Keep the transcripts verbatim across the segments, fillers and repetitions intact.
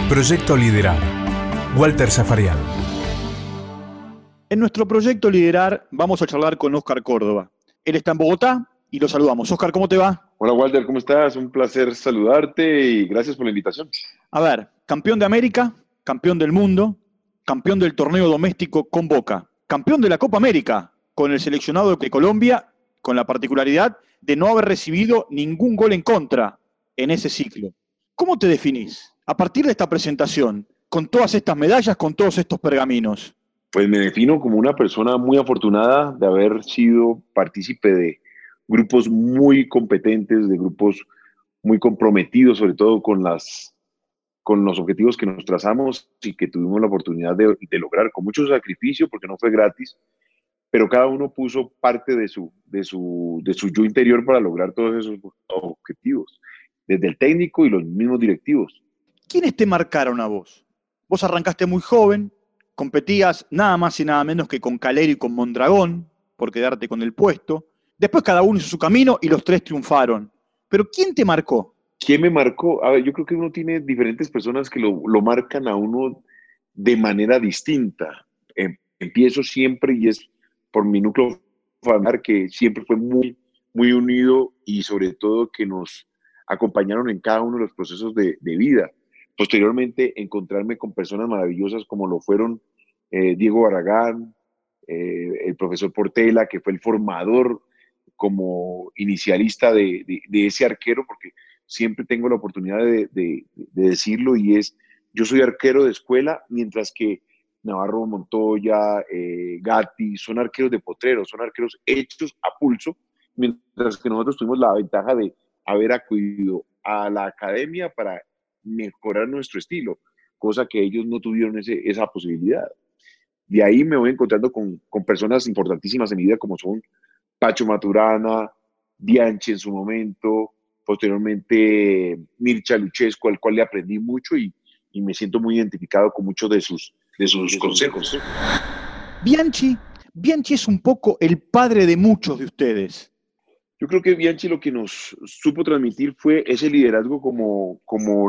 Proyecto Liderar. Walter Zafarian. En nuestro proyecto Liderar vamos a charlar con Óscar Córdoba. Él está en Bogotá y lo saludamos. Óscar, ¿cómo te va? Hola Walter, ¿cómo estás? Un placer saludarte y gracias por la invitación. A ver, campeón de América, campeón del mundo, campeón del torneo doméstico con Boca, campeón de la Copa América con el seleccionado de Colombia, con la particularidad de no haber recibido ningún gol en contra en ese ciclo. ¿Cómo te definís a partir de esta presentación, con todas estas medallas, con todos estos pergaminos? Pues me defino como una persona muy afortunada de haber sido partícipe de grupos muy competentes, de grupos muy comprometidos, sobre todo con, las, con los objetivos que nos trazamos y que tuvimos la oportunidad de, de lograr con mucho sacrificio, porque no fue gratis, pero cada uno puso parte de su, de su, de su yo interior para lograr todos esos objetivos, desde el técnico y los mismos directivos. ¿Quiénes te marcaron a vos? Vos arrancaste muy joven, competías nada más y nada menos que con Calero y con Mondragón, por quedarte con el puesto. Después cada uno hizo su camino y los tres triunfaron. Pero ¿quién te marcó? ¿Quién me marcó? A ver, yo creo que uno tiene diferentes personas que lo, lo marcan a uno de manera distinta. Eh, empiezo siempre y es por mi núcleo familiar, que siempre fue muy, muy unido y sobre todo que nos acompañaron en cada uno de los procesos de, de vida. Posteriormente, encontrarme con personas maravillosas como lo fueron eh, Diego Barragán, eh, el profesor Portela, que fue el formador como inicialista de, de, de ese arquero, porque siempre tengo la oportunidad de, de, de decirlo, y es, yo soy arquero de escuela, mientras que Navarro Montoya, eh, Gatti, son arqueros de potrero, son arqueros hechos a pulso, mientras que nosotros tuvimos la ventaja de haber acudido a la academia para mejorar nuestro estilo, cosa que ellos no tuvieron ese, esa posibilidad. De ahí me voy encontrando con, con personas importantísimas en mi vida, como son Pacho Maturana, Bianchi en su momento, posteriormente Mircea Lucescu, al cual le aprendí mucho y, y me siento muy identificado con muchos de sus, de sus consejos. Bianchi, Bianchi es un poco el padre de muchos de ustedes. Yo creo que Bianchi lo que nos supo transmitir fue ese liderazgo como, como,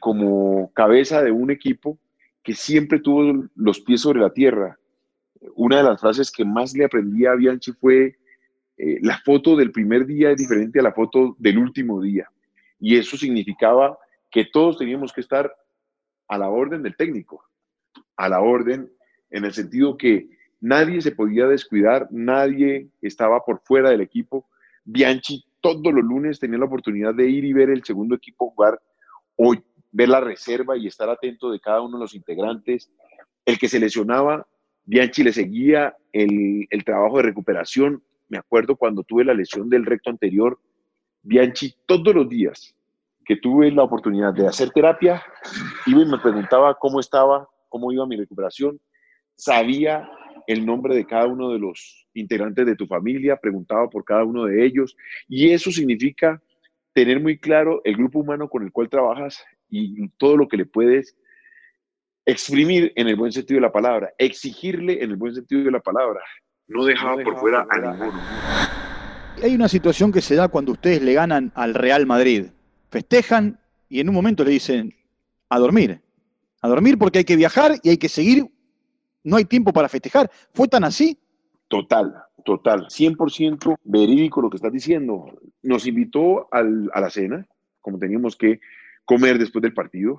como cabeza de un equipo que siempre tuvo los pies sobre la tierra. Una de las frases que más le aprendí a Bianchi fue eh, la foto del primer día es diferente a la foto del último día. Y eso significaba que todos teníamos que estar a la orden del técnico, a la orden en el sentido que nadie se podía descuidar, nadie estaba por fuera del equipo. Bianchi todos los lunes tenía la oportunidad de ir y ver el segundo equipo jugar o ver la reserva y estar atento de cada uno de los integrantes. El que se lesionaba, Bianchi le seguía el, el trabajo de recuperación. Me acuerdo cuando tuve la lesión del recto anterior, Bianchi todos los días que tuve la oportunidad de hacer terapia, iba y me preguntaba cómo estaba, cómo iba mi recuperación, sabía el nombre de cada uno de los integrantes de tu familia, preguntaba por cada uno de ellos, y eso significa tener muy claro el grupo humano con el cual trabajas y todo lo que le puedes exprimir en el buen sentido de la palabra, exigirle en el buen sentido de la palabra. No dejaba, no dejaba por fuera por a ninguno. Hay una situación que se da cuando ustedes le ganan al Real Madrid. Festejan y en un momento le dicen a dormir. A dormir porque hay que viajar y hay que seguir. No hay tiempo para festejar. ¿Fue tan así? Total, total. cien por ciento verídico lo que estás diciendo. Nos invitó al, a la cena, como teníamos que comer después del partido,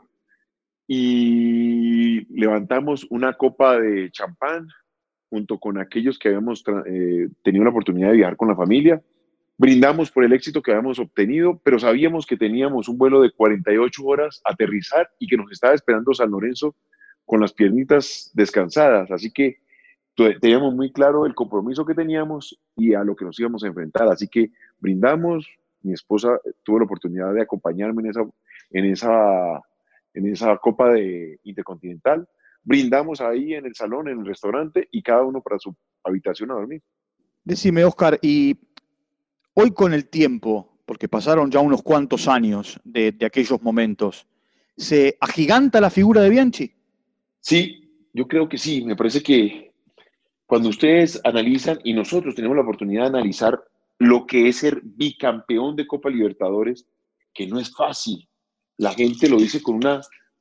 y levantamos una copa de champán junto con aquellos que habíamos eh, tenido la oportunidad de viajar con la familia. Brindamos por el éxito que habíamos obtenido, pero sabíamos que teníamos un vuelo de cuarenta y ocho horas a aterrizar y que nos estaba esperando San Lorenzo con las piernitas descansadas. Así que teníamos muy claro el compromiso que teníamos y a lo que nos íbamos a enfrentar. Así que brindamos. Mi esposa tuvo la oportunidad de acompañarme en esa, en esa, en esa Copa de Intercontinental. Brindamos ahí en el salón, en el restaurante, y cada uno para su habitación a dormir. Decime, Óscar, y hoy con el tiempo, porque pasaron ya unos cuantos años de, de aquellos momentos, ¿se agiganta la figura de Bianchi? Sí, yo creo que sí. Me parece que cuando ustedes analizan, y nosotros tenemos la oportunidad de analizar lo que es ser bicampeón de Copa Libertadores, que no es fácil. La gente lo dice con una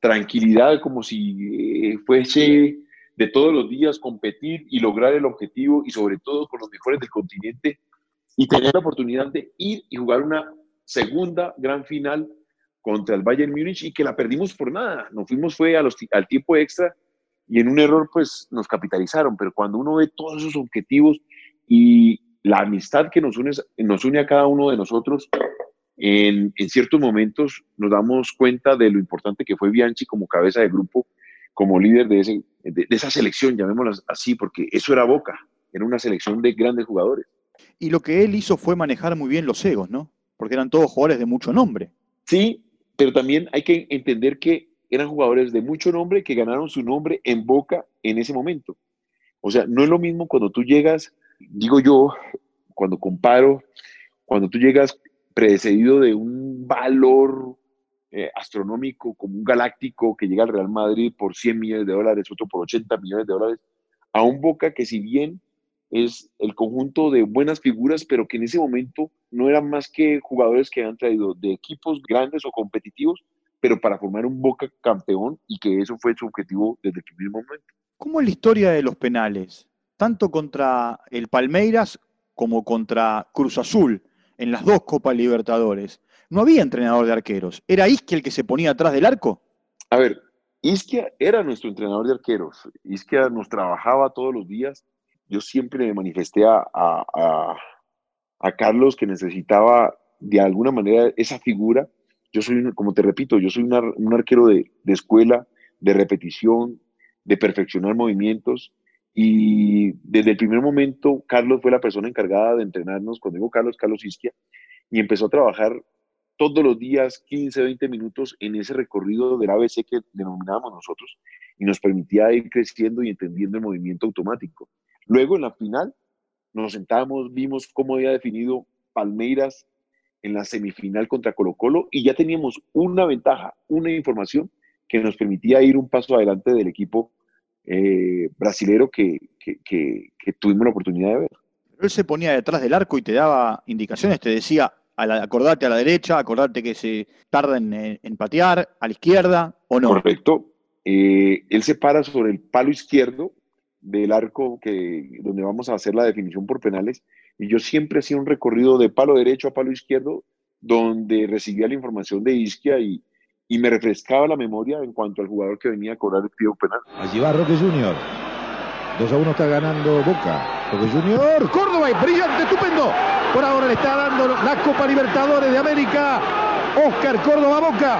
tranquilidad, como si eh, fuese de todos los días competir y lograr el objetivo y sobre todo con los mejores del continente y tener la oportunidad de ir y jugar una segunda gran final contra el Bayern Múnich y que la perdimos por nada. Nos fuimos fue a los, al tiempo extra y en un error pues nos capitalizaron, pero cuando uno ve todos esos objetivos y la amistad que nos une, nos une a cada uno de nosotros, en, en ciertos momentos nos damos cuenta de lo importante que fue Bianchi como cabeza de grupo, como líder de, ese, de, de esa selección, llamémosla así, porque eso era Boca, era una selección de grandes jugadores. Y lo que él hizo fue manejar muy bien los egos, ¿no? Porque eran todos jugadores de mucho nombre. Sí, pero también hay que entender que eran jugadores de mucho nombre que ganaron su nombre en Boca en ese momento. O sea, no es lo mismo cuando tú llegas, digo yo, cuando comparo, cuando tú llegas precedido de un valor eh, astronómico como un galáctico que llega al Real Madrid por cien millones de dólares, otro por ochenta millones de dólares, a un Boca que si bien es el conjunto de buenas figuras, pero que en ese momento no eran más que jugadores que habían traído de equipos grandes o competitivos, pero para formar un Boca campeón y que eso fue su objetivo desde el primer momento. ¿Cómo es la historia de los penales? Tanto contra el Palmeiras como contra Cruz Azul, en las dos Copas Libertadores. No había entrenador de arqueros. ¿Era Isquia el que se ponía atrás del arco? A ver, Isquia era nuestro entrenador de arqueros. Isquia nos trabajaba todos los días. Yo siempre me manifesté a, a, a, a Carlos que necesitaba de alguna manera esa figura. Yo soy, como te repito, yo soy una, un arquero de, de escuela, de repetición, de perfeccionar movimientos. Y desde el primer momento, Carlos fue la persona encargada de entrenarnos. Cuando digo Carlos, Carlos Isquia, y empezó a trabajar todos los días quince, veinte minutos en ese recorrido del A B C que denominábamos nosotros y nos permitía ir creciendo y entendiendo el movimiento automático. Luego en la final nos sentamos, vimos cómo había definido Palmeiras en la semifinal contra Colo-Colo y ya teníamos una ventaja, una información que nos permitía ir un paso adelante del equipo eh, brasilero que, que, que, que tuvimos la oportunidad de ver. Él se ponía detrás del arco y te daba indicaciones, te decía, a la, acordate a la derecha, acordate que se tarda en, en patear, a la izquierda, ¿o no? Correcto. Eh, él se para sobre el palo izquierdo del arco que, donde vamos a hacer la definición por penales, y yo siempre hacía un recorrido de palo derecho a palo izquierdo, donde recibía la información de Isquia y, y me refrescaba la memoria en cuanto al jugador que venía a cobrar el tiro penal. Allí va Roque Junior. dos a uno está ganando Boca. Roque Junior, Córdoba, y brillante, estupendo. Por ahora le está dando la Copa Libertadores de América. Oscar Córdoba Boca.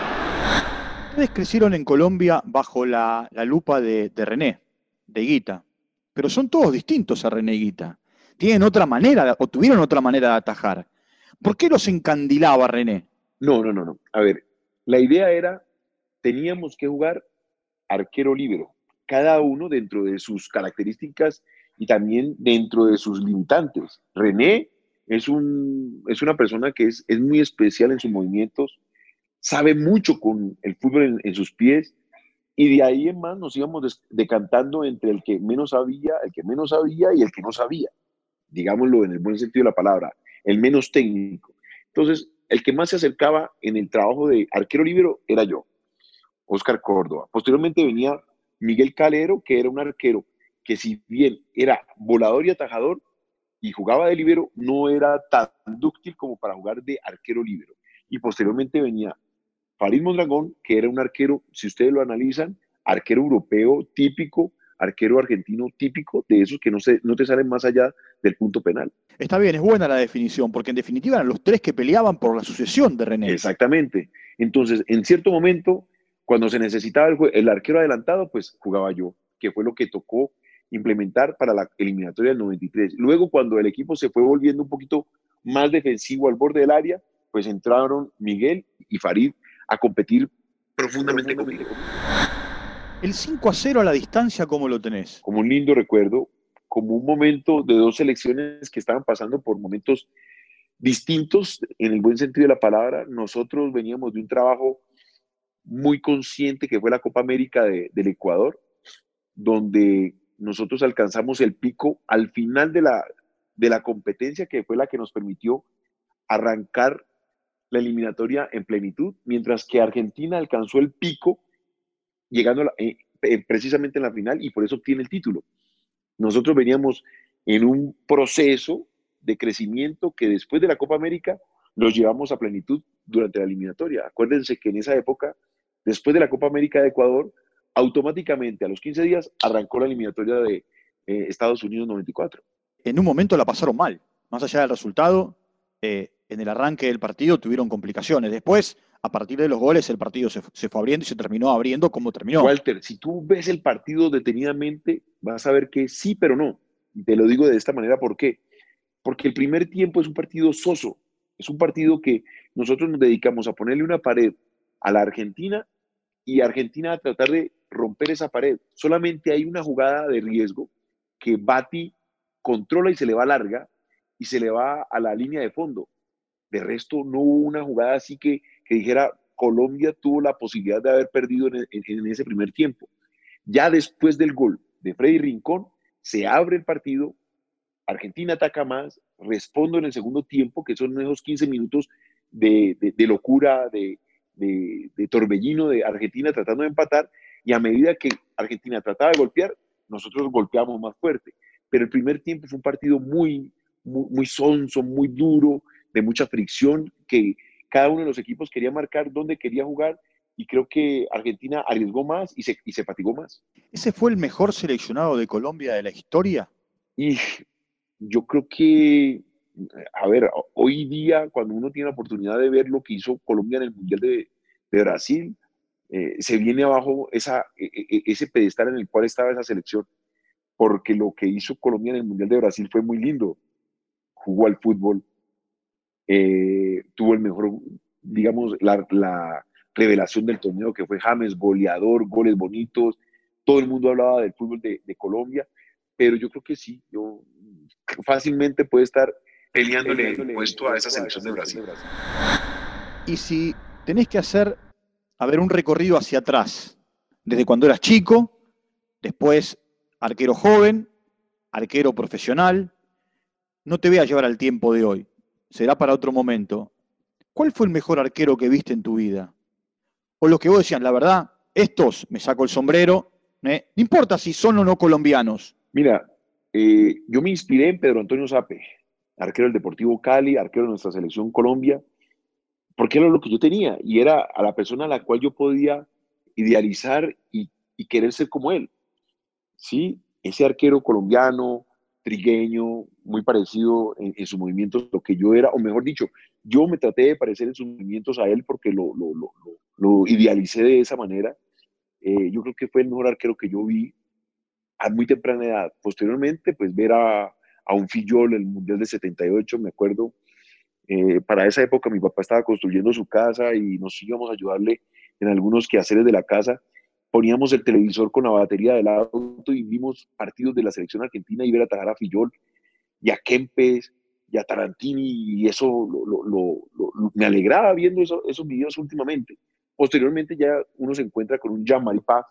Ustedes crecieron en Colombia bajo la, la lupa de, de René, de Higuita. Pero son todos distintos a René Higuita. Tienen otra manera, o tuvieron otra manera de atajar. ¿Por qué los encandilaba René? No, no, no, no. A ver, la idea era, teníamos que jugar arquero líbero, cada uno dentro de sus características y también dentro de sus limitantes. René es, un, es una persona que es, es muy especial en sus movimientos, sabe mucho con el fútbol en, en sus pies, y de ahí en más nos íbamos decantando entre el que menos sabía, el que menos sabía y el que no sabía, digámoslo en el buen sentido de la palabra, el menos técnico. Entonces, el que más se acercaba en el trabajo de arquero líbero era yo, Oscar Córdoba. Posteriormente venía Miguel Calero, que era un arquero que si bien era volador y atajador y jugaba de líbero, no era tan dúctil como para jugar de arquero líbero. Y posteriormente venía Farid Mondragón, que era un arquero, si ustedes lo analizan, arquero europeo típico, arquero argentino típico, de esos que no, se, no te salen más allá del punto penal. Está bien, es buena la definición, porque en definitiva eran los tres que peleaban por la sucesión de René. Exactamente. Entonces, en cierto momento, cuando se necesitaba el, el arquero adelantado, pues jugaba yo, que fue lo que tocó implementar para la eliminatoria del noventa y tres. Luego, cuando el equipo se fue volviendo un poquito más defensivo al borde del área, pues entraron Miguel y Farid a competir profundamente conmigo. El cinco a cero a la distancia, ¿cómo lo tenés? Como un lindo recuerdo, como un momento de dos selecciones que estaban pasando por momentos distintos, en el buen sentido de la palabra. Nosotros veníamos de un trabajo muy consciente que fue la Copa América de, del Ecuador, donde nosotros alcanzamos el pico al final de la, de la competencia, que fue la que nos permitió arrancar la eliminatoria en plenitud, mientras que Argentina alcanzó el pico llegando a la, eh, eh, precisamente en la final y por eso obtiene el título. Nosotros veníamos en un proceso de crecimiento que después de la Copa América los llevamos a plenitud durante la eliminatoria. Acuérdense que en esa época, después de la Copa América de Ecuador, automáticamente a los quince días arrancó la eliminatoria de eh, Estados Unidos noventa y cuatro. En un momento la pasaron mal, más allá del resultado, eh, en el arranque del partido tuvieron complicaciones. Después, a partir de los goles, el partido se, se fue abriendo y se terminó abriendo como terminó. Walter, si tú ves el partido detenidamente, vas a ver que sí, pero no. Y te lo digo de esta manera, ¿por qué? Porque el primer tiempo es un partido soso, es un partido que nosotros nos dedicamos a ponerle una pared a la Argentina y Argentina a tratar de romper esa pared. Solamente hay una jugada de riesgo que Bati controla y se le va larga y se le va a la línea de fondo. De resto, no hubo una jugada así que, que dijera Colombia tuvo la posibilidad de haber perdido en, en, en ese primer tiempo. Ya después del gol de Freddy Rincón, se abre el partido, Argentina ataca más, respondo en el segundo tiempo, que son esos quince minutos de, de, de locura, de, de, de torbellino de Argentina tratando de empatar, y a medida que Argentina trataba de golpear, nosotros golpeamos más fuerte. Pero el primer tiempo fue un partido muy, muy, muy sonso, muy duro, de mucha fricción, que cada uno de los equipos quería marcar dónde quería jugar, y creo que Argentina arriesgó más y se, y se fatigó más. ¿Ese fue el mejor seleccionado de Colombia de la historia? Y yo creo que, a ver, hoy día, cuando uno tiene la oportunidad de ver lo que hizo Colombia en el Mundial de, de Brasil, eh, se viene abajo esa, ese pedestal en el cual estaba esa selección, porque lo que hizo Colombia en el Mundial de Brasil fue muy lindo. Jugó al fútbol, eh, tuvo el mejor, digamos, la, la revelación del torneo que fue James, goleador, goles bonitos, todo el mundo hablaba del fútbol de, de Colombia, pero yo creo que sí, yo fácilmente puede estar peleándole el puesto a esa selección de Brasil. Y si tenés que hacer, a ver, un recorrido hacia atrás, desde cuando eras chico, después arquero joven, arquero profesional, no te voy a llevar al tiempo de hoy, será para otro momento. ¿Cuál fue el mejor arquero que viste en tu vida? O los que vos decías, la verdad, estos me saco el sombrero, ¿eh? No importa si son o no colombianos. Mira, eh, yo me inspiré en Pedro Antonio Sape, arquero del Deportivo Cali, arquero de nuestra selección Colombia, porque era lo que yo tenía y era a la persona a la cual yo podía idealizar y, y querer ser como él. Sí, ese arquero colombiano, trigueño, muy parecido en, en sus movimientos lo que yo era, o mejor dicho, yo me traté de parecer en sus movimientos a él porque lo, lo, lo, lo, lo idealicé de esa manera. Eh, yo creo que fue el mejor arquero que yo vi a muy temprana edad. Posteriormente, pues ver a, a un Fillol, el Mundial de setenta y ocho, me acuerdo, eh, para esa época mi papá estaba construyendo su casa y nos íbamos a ayudarle en algunos quehaceres de la casa. Poníamos el televisor con la batería del auto y vimos partidos de la selección argentina y ver atajar a Fillol y a Kempes y a Tarantini, y eso lo, lo, lo, lo, me alegraba viendo eso, esos videos últimamente. Posteriormente ya uno se encuentra con un Jean-Marie Paf,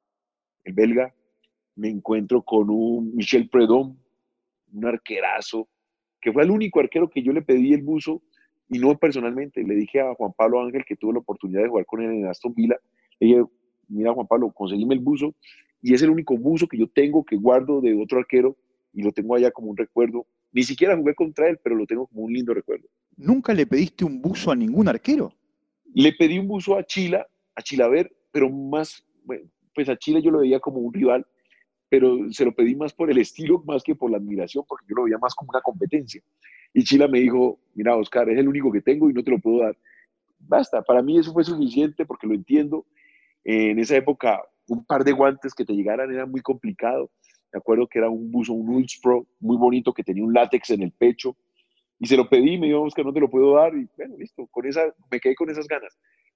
el belga, me encuentro con un Michel Prudhomme, un arquerazo, que fue el único arquero que yo le pedí el buzo, y no personalmente, le dije a Juan Pablo Ángel, que tuvo la oportunidad de jugar con él en Aston Villa, le dije, mira Juan Pablo, conseguime el buzo, y es el único buzo que yo tengo que guardo de otro arquero, y lo tengo allá como un recuerdo. Ni siquiera jugué contra él, pero lo tengo como un lindo recuerdo. ¿Nunca le pediste un buzo a ningún arquero? Le pedí un buzo a Chila, a Chilaver, pero más, bueno, pues a Chile yo lo veía como un rival, pero se lo pedí más por el estilo, más que por la admiración, porque yo lo veía más como una competencia. Y Chila me dijo, mira, Oscar, es el único que tengo y no te lo puedo dar. Basta, para mí eso fue suficiente porque lo entiendo. Eh, en esa época, un par de guantes que te llegaran era muy complicado. Me acuerdo que era un buzo, un Ulspro, muy bonito, que tenía un látex en el pecho. Y se lo pedí, me dijo, Oscar, no te lo puedo dar. Y bueno, listo, con esa, me quedé con esas ganas.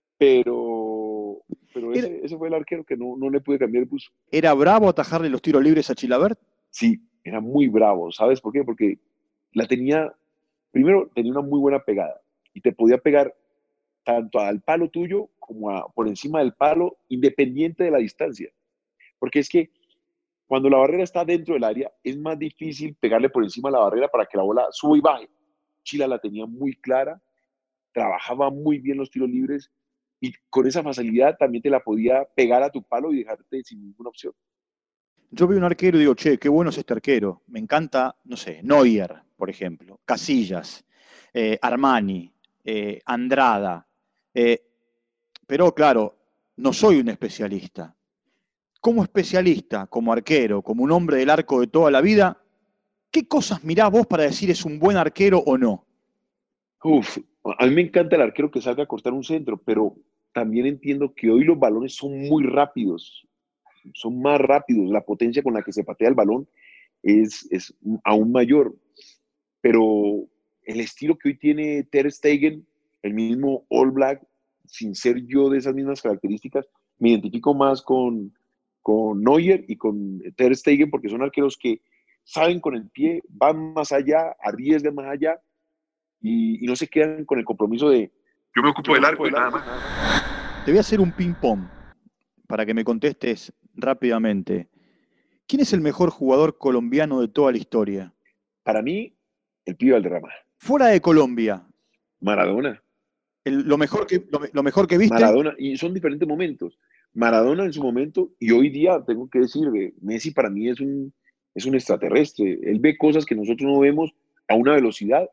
Pero, pero ese, ese fue el arquero que no, no le pude cambiar el buzo. ¿Era bravo atajarle los tiros libres a Chilavert? Sí, era muy bravo. ¿Sabes por qué? Porque la tenía, primero tenía una muy buena pegada y te podía pegar tanto al palo tuyo como a, por encima del palo, independiente de la distancia. Porque es que cuando la barrera está dentro del área, es más difícil pegarle por encima de la barrera para que la bola suba y baje. Chila la tenía muy clara, trabajaba muy bien los tiros libres y con esa facilidad también te la podía pegar a tu palo y dejarte sin ninguna opción. Yo veo un arquero y digo, che, qué bueno es este arquero. Me encanta, no sé, Neuer, por ejemplo, Casillas, eh, Armani, eh, Andrada. Eh, pero claro, no soy un especialista. Como especialista, como arquero, como un hombre del arco de toda la vida, ¿qué cosas mirás vos para decir es un buen arquero o no? Uf, a mí me encanta el arquero que salga a cortar un centro, pero también entiendo que hoy los balones son muy rápidos, son más rápidos, la potencia con la que se patea el balón es, es aún mayor, pero el estilo que hoy tiene Ter Stegen, el mismo All Black, sin ser yo de esas mismas características, me identifico más con, con Neuer y con Ter Stegen porque son arqueros que saben con el pie, van más allá, arriesgan más allá y, y no se quedan con el compromiso de yo me ocupo del arco y nada más. Te voy a hacer un ping-pong para que me contestes rápidamente. ¿Quién es el mejor jugador colombiano de toda la historia? Para mí, el Pío Valderrama. Fuera de Colombia. Maradona. El, lo, mejor que, lo, lo mejor que viste. Maradona, y son diferentes momentos. Maradona en su momento, y hoy día tengo que decir, Messi para mí es un, es un extraterrestre. Él ve cosas que nosotros no vemos a una velocidad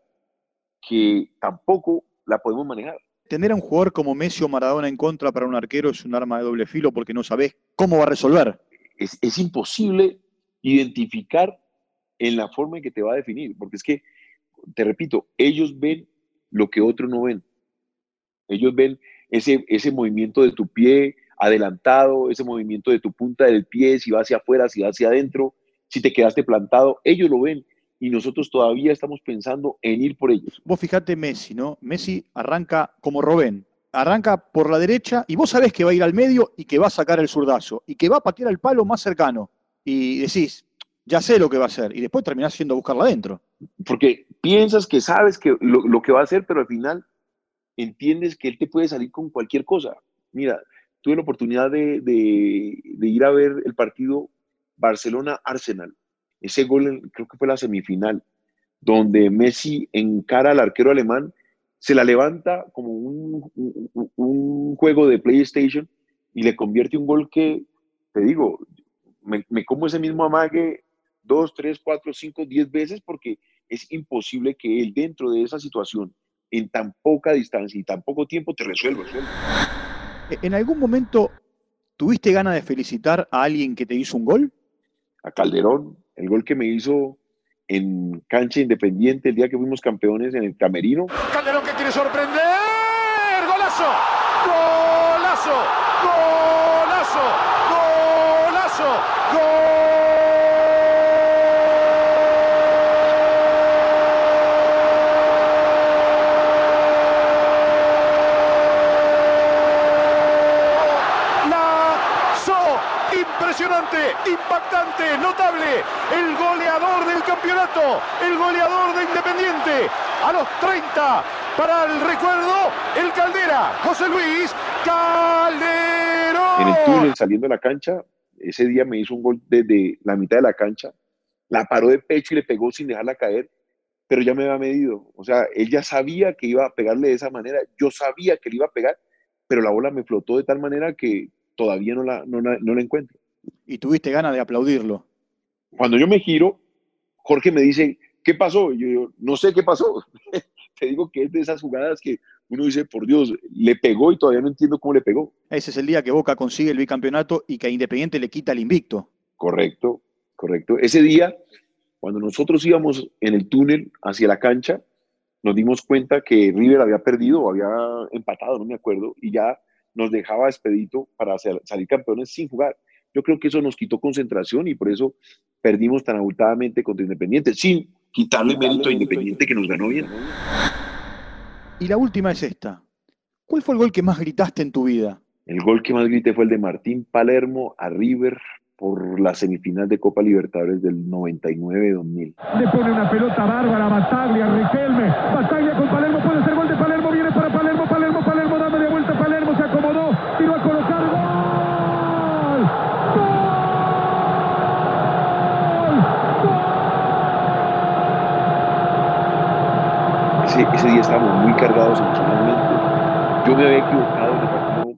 que tampoco la podemos manejar. Tener a un jugador como Messi o Maradona en contra para un arquero es un arma de doble filo porque no sabés cómo va a resolver. Es, es imposible identificar en la forma en que te va a definir, porque es que, te repito, ellos ven lo que otros no ven. Ellos ven ese, ese movimiento de tu pie adelantado, ese movimiento de tu punta del pie, si va hacia afuera, si va hacia adentro, si te quedaste plantado, ellos lo ven y nosotros todavía estamos pensando en ir por ellos. Vos fijate Messi, ¿no? Messi arranca como Robben, arranca por la derecha y vos sabés que va a ir al medio y que va a sacar el zurdazo y que va a patear el palo más cercano y decís, ya sé lo que va a hacer y después terminás yendo a buscarla adentro. Porque piensas que sabes que lo, lo que va a hacer, pero al final entiendes que él te puede salir con cualquier cosa. Mira, tuve la oportunidad de, de, de ir a ver el partido Barcelona-Arsenal. Ese gol creo que fue la semifinal, donde Messi encara al arquero alemán, se la levanta como un, un, un juego de PlayStation y le convierte un gol que, te digo, me, me como ese mismo amague dos, tres, cuatro, cinco, diez veces porque es imposible que él dentro de esa situación, en tan poca distancia y tan poco tiempo, te resuelva. ¿En algún momento tuviste ganas de felicitar a alguien que te hizo un gol? A Calderón, el gol que me hizo en cancha Independiente el día que fuimos campeones en el Camerino. Calderón que quiere sorprender. ¡Golazo! ¡Golazo! ¡Golazo! ¡Golazo! ¡Gol! Impresionante, impactante, notable, el goleador del campeonato, el goleador de Independiente, a los treinta, para el recuerdo, el Caldera, José Luis Calderón. En el túnel saliendo de la cancha, ese día me hizo un gol desde la mitad de la cancha, la paró de pecho y le pegó sin dejarla caer, pero ya me había medido, o sea, él ya sabía que iba a pegarle de esa manera, yo sabía que le iba a pegar, pero la bola me flotó de tal manera que todavía no la, no, no la encuentro. Y tuviste ganas de aplaudirlo. Cuando yo me giro, Jorge me dice, ¿qué pasó? Y yo digo, no sé qué pasó. Te digo que es de esas jugadas que uno dice, por Dios, le pegó y todavía no entiendo cómo le pegó. Ese es el día que Boca consigue el bicampeonato y que a Independiente le quita el invicto. Correcto, correcto. Ese día, cuando nosotros íbamos en el túnel hacia la cancha, nos dimos cuenta que River había perdido o había empatado, no me acuerdo, y ya nos dejaba expedito para salir campeones sin jugar. Yo creo que eso nos quitó concentración y por eso perdimos tan abultadamente contra Independiente, sin quitarle mérito a Independiente que nos ganó bien. Y la última es esta. ¿Cuál fue el gol que más gritaste en tu vida? El gol que más grité fue el de Martín Palermo a River por la semifinal de Copa Libertadores del noventa y nueve dos mil. Le pone una pelota bárbara a Bataglia, Riquelme. Bataglia con Palermo, puede ser gol de Palermo, viene para Palermo, Palermo, Palermo, da media vuelta, Palermo se acomodó, tiró a colocar, ¡gol! Ese, ese día estábamos muy cargados emocionalmente. Yo me había equivocado en el partido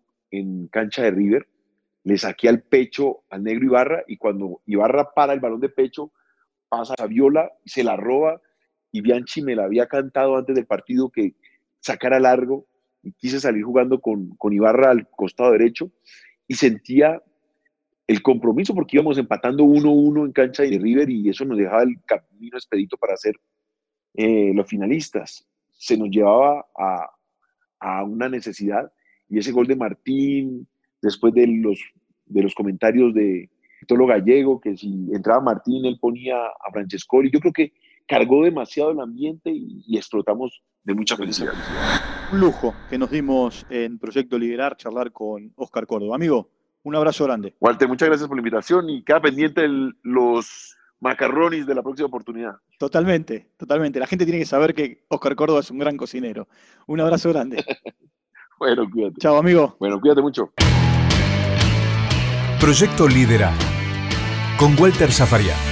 cancha de River, le saqué al pecho al negro Ibarra, y cuando Ibarra para el balón de pecho, pasa a Viola, se la roba, y Bianchi me la había cantado antes del partido que sacara largo, y quise salir jugando con, con Ibarra al costado derecho, y sentía el compromiso porque íbamos empatando uno a uno en cancha de River, y eso nos dejaba el camino expedito para ser eh, los finalistas. Se nos llevaba a, a una necesidad, y ese gol de Martín, después de los, de los comentarios de Tolo Gallego, que si entraba Martín, él ponía a Francescoli, yo creo que cargó demasiado el ambiente y, y explotamos de mucha felicidad. Un lujo que nos dimos en Proyecto Liderar, charlar con Óscar Córdoba. Amigo, un abrazo grande. Walter, muchas gracias por la invitación, y queda pendiente el, los macarronis de la próxima oportunidad. Totalmente, totalmente. La gente tiene que saber que Óscar Córdoba es un gran cocinero. Un abrazo grande. Bueno, cuídate. Chao, amigo. Bueno, cuídate mucho. Proyecto Liderar con Walter Zafarian.